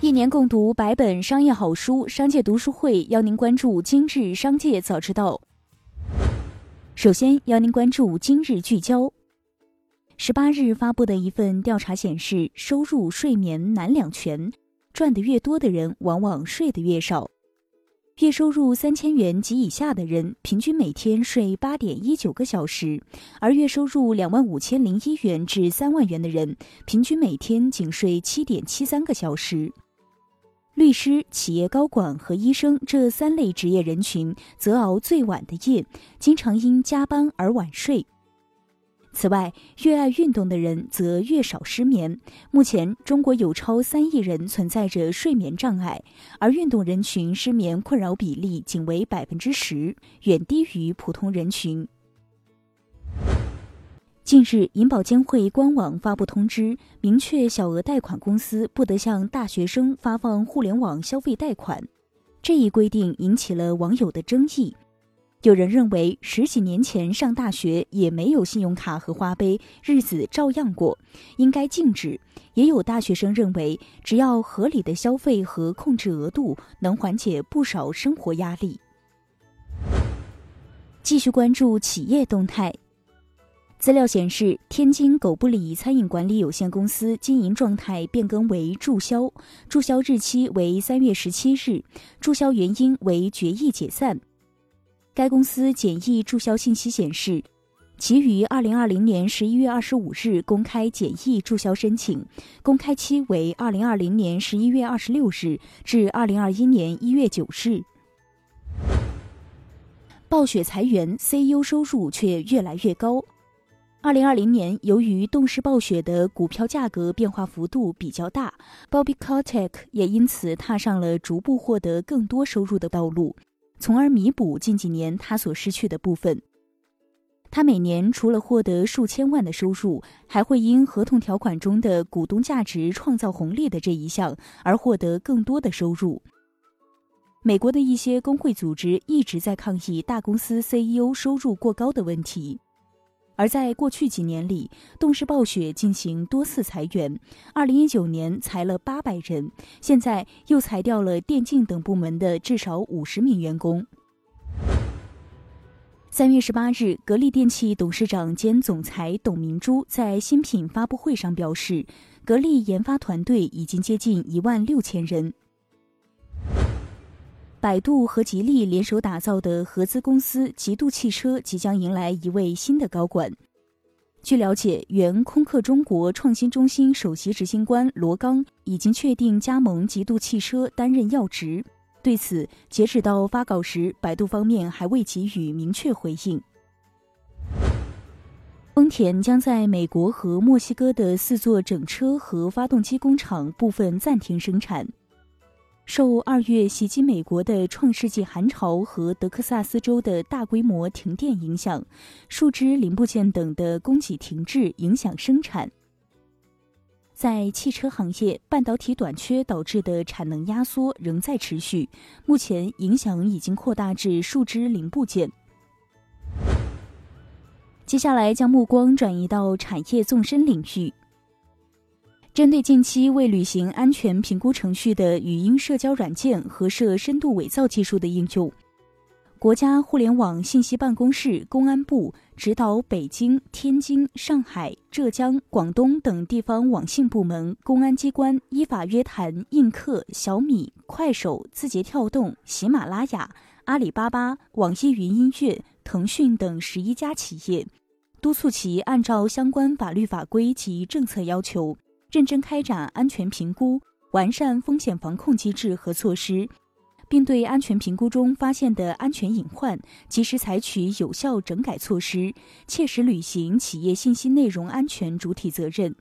一年共读100本商业好书，商界读书会邀您关注今日商界早知道。首先邀您关注今日聚焦。18日发布的一份调查显示，收入睡眠难两全，赚得越多的人往往睡得越少。月收入3000元及以下的人，平均每天睡8.19个小时，而月收入25001元至3万元的人，平均每天仅睡7.73个小时。律师、企业高管和医生这3类职业人群则熬最晚的夜，经常因加班而晚睡。此外，越爱运动的人则越少失眠。目前，中国有超3亿人存在着睡眠障碍，而运动人群失眠困扰比例仅为10%，远低于普通人群。近日，银保监会官网发布通知，明确小额贷款公司不得向大学生发放互联网消费贷款。这一规定引起了网友的争议。有人认为10几年前上大学也没有信用卡和花呗，日子照样过，应该禁止。也有大学生认为，只要合理的消费和控制额度，能缓解不少生活压力。继续关注企业动态。资料显示，天津狗不理餐饮管理有限公司经营状态变更为注销，注销日期为3月17日，注销原因为决议解散。该公司简易注销信息显示，其于2020年11月25日公开简易注销申请，公开期为2020年11月26日至2021年1月9日。暴雪裁员 ，CEO 收入却越来越高。2020年，由于动视暴雪的股票价格变化幅度比较大 ，Bobby Kotick 也因此踏上了逐步获得更多收入的道路，从而弥补近几年他所失去的部分。他每年除了获得数千万的收入，还会因合同条款中的股东价值创造红利的这一项而获得更多的收入。美国的一些工会组织一直在抗议大公司 CEO 收入过高的问题。而在过去几年里，动视暴雪进行多次裁员，2019年裁了800人，现在又裁掉了电竞等部门的至少50名员工。3月18日，格力电器董事长兼总裁董明珠在新品发布会上表示，格力研发团队已经接近16000人。百度和吉利联手打造的合资公司极度汽车即将迎来一位新的高管。据了解，原空客中国创新中心首席执行官罗刚已经确定加盟极度汽车担任要职。对此，截止到发稿时，百度方面还未给予明确回应。丰田将在美国和墨西哥的4座整车和发动机工厂部分暂停生产。受2月袭击美国的创世纪寒潮和德克萨斯州的大规模停电影响，树脂零部件等的供给停滞，影响生产。在汽车行业，半导体短缺导致的产能压缩仍在持续，目前影响已经扩大至树脂零部件。接下来将目光转移到产业纵深领域。针对近期未履行安全评估程序的语音社交软件和涉深度伪造技术的应用，国家互联网信息办公室、公安部指导北京、天津、上海、浙江、广东等地方网信部门、公安机关依法约谈映客、小米、快手、字节跳动、喜马拉雅、阿里巴巴、网易云音乐、腾讯等11家企业，督促其按照相关法律法规及政策要求，认真开展安全评估，完善风险防控机制和措施，并对安全评估中发现的安全隐患及时采取有效整改措施，切实履行企业信息内容安全主体责任。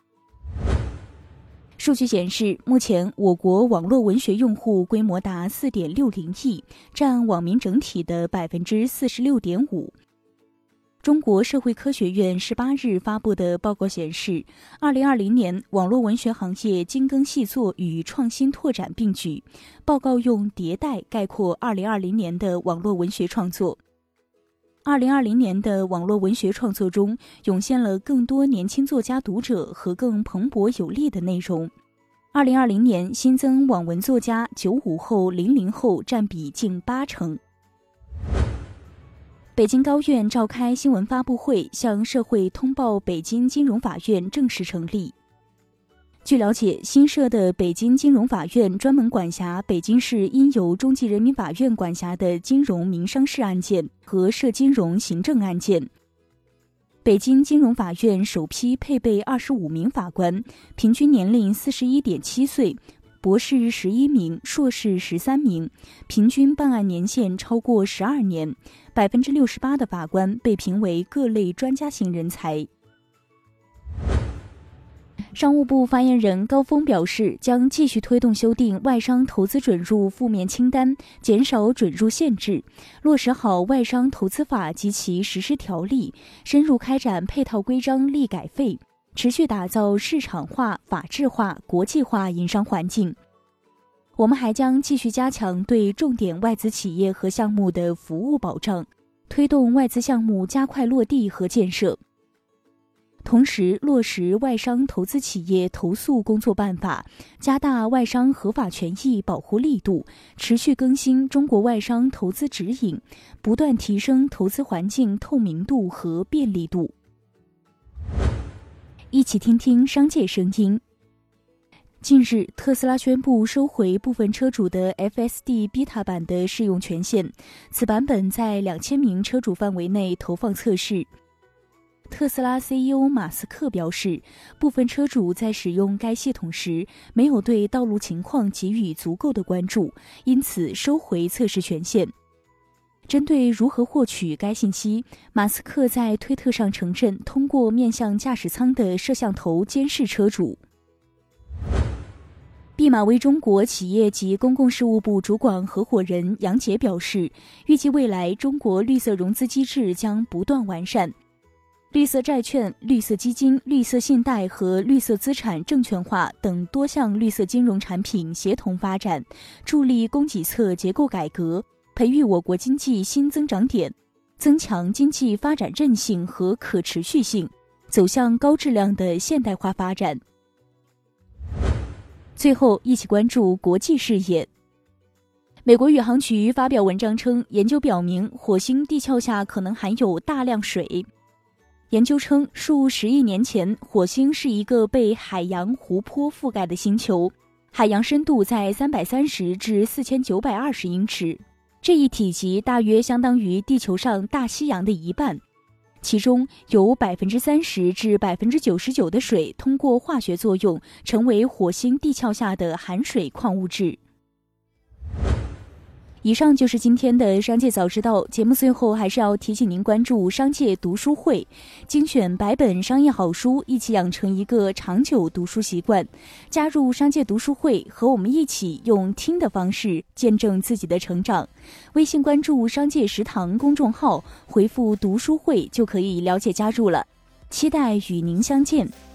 数据显示，目前我国网络文学用户规模达 4.60 亿，占网民整体的 46.5%。中国社会科学院18日发布的报告显示，2020年网络文学行业精耕细作与创新拓展并举。报告用迭代概括2020年的网络文学创作。2020年的网络文学创作中，涌现了更多年轻作家读者和更蓬勃有力的内容。 2020年新增网文作家95后、00后占比近80%。北京高院召开新闻发布会，向社会通报北京金融法院正式成立。据了解，新设的北京金融法院专门管辖北京市应由中级人民法院管辖的金融民商事案件和涉金融行政案件。北京金融法院首批配备25名法官，平均年龄41.7岁，博士11名，硕士13名，平均办案年限超过12年，68%的法官被评为各类专家型人才。商务部发言人高峰表示，将继续推动修订外商投资准入负面清单，减少准入限制，落实好外商投资法及其实施条例，深入开展配套规章立改废，持续打造市场化、法治化、国际化营商环境。我们还将继续加强对重点外资企业和项目的服务保障，推动外资项目加快落地和建设。同时落实外商投资企业投诉工作办法，加大外商合法权益保护力度，持续更新中国外商投资指引，不断提升投资环境透明度和便利度。一起听听商界声音。近日，特斯拉宣布收回部分车主的 FSD Beta 版的试用权限，此版本在2000名车主范围内投放测试。特斯拉 CEO 马斯克表示，部分车主在使用该系统时没有对道路情况给予足够的关注，因此收回测试权限。针对如何获取该信息，马斯克在推特上承认通过面向驾驶舱的摄像头监视车主。毕马威中国企业及公共事务部主管合伙人杨杰表示，预计未来中国绿色融资机制将不断完善。绿色债券、绿色基金、绿色信贷和绿色资产证券化等多项绿色金融产品协同发展，助力供给侧结构改革，培育我国经济新增长点，增强经济发展韧性和可持续性，走向高质量的现代化发展。最后，一起关注国际视野。美国宇航局发表文章称，研究表明火星地壳下可能含有大量水。研究称，数10亿年前，火星是一个被海洋湖泊覆盖的星球，海洋深度在330至4920英尺，这一体积大约相当于地球上大西洋的一半。其中有30%至99%的水通过化学作用成为火星地壳下的含水矿物质。以上就是今天的商界早知道节目，最后还是要提醒您关注商界读书会，精选100本商业好书，一起养成一个长久读书习惯。加入商界读书会，和我们一起用听的方式见证自己的成长。微信关注商界食堂公众号，回复读书会就可以了解加入了，期待与您相见。